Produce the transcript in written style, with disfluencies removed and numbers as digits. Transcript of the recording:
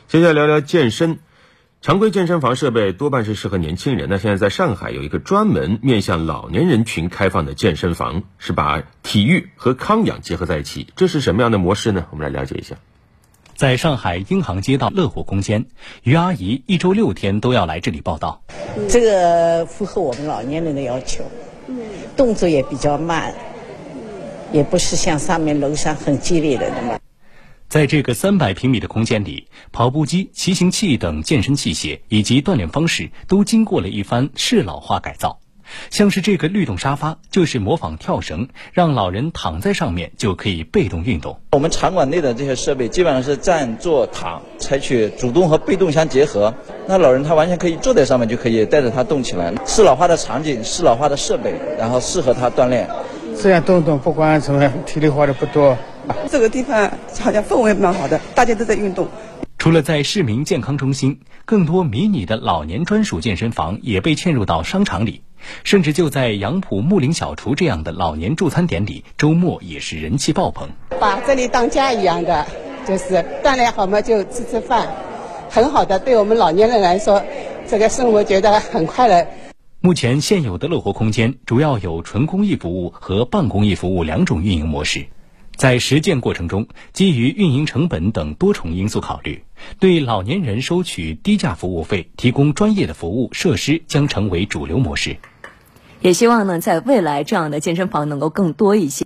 接下来聊聊健身。常规健身房设备多半是适合年轻人。那现在在上海有一个专门面向老年人群开放的健身房，是把体育和康养结合在一起。这是什么样的模式呢？我们来了解一下。 在上海英航街道乐活空间，于阿姨1周6天都要来这里报道。 这个符合我们老年人的要求，动作也比较慢，也不是像上面楼上很激烈的那么。 在这个300平米的空间里，跑步机、骑行器等健身器械以及锻炼方式都经过了一番适老化改造。像是这个律动沙发，就是模仿跳绳，让老人躺在上面就可以被动运动。 我们场馆内的这些设备基本上是站、坐、躺，采取主动和被动相结合。那老人他完全可以坐在上面，就可以带着他动起来。适老化的场景、适老化的设备，然后适合他锻炼。 这样动动，不管什么体力花的不多。 这个地方好像氛围蛮好的，大家都在运动。 除了在市民健康中心，更多迷你的老年专属健身房也被嵌入到商场里，甚至就在杨浦木林小厨这样的老年助餐点里，周末也是人气爆棚。 把这里当家一样的，就是锻炼好嘛就吃吃饭，很好的，对我们老年人来说，这个生活觉得很快乐。 目前现有的乐活空间主要有纯公益服务和半公益服务2种运营模式。在实践过程中，基于运营成本等多重因素考虑，对老年人收取低价服务费，提供专业的服务设施将成为主流模式。 也希望呢，在未来这样的健身房能够更多一些。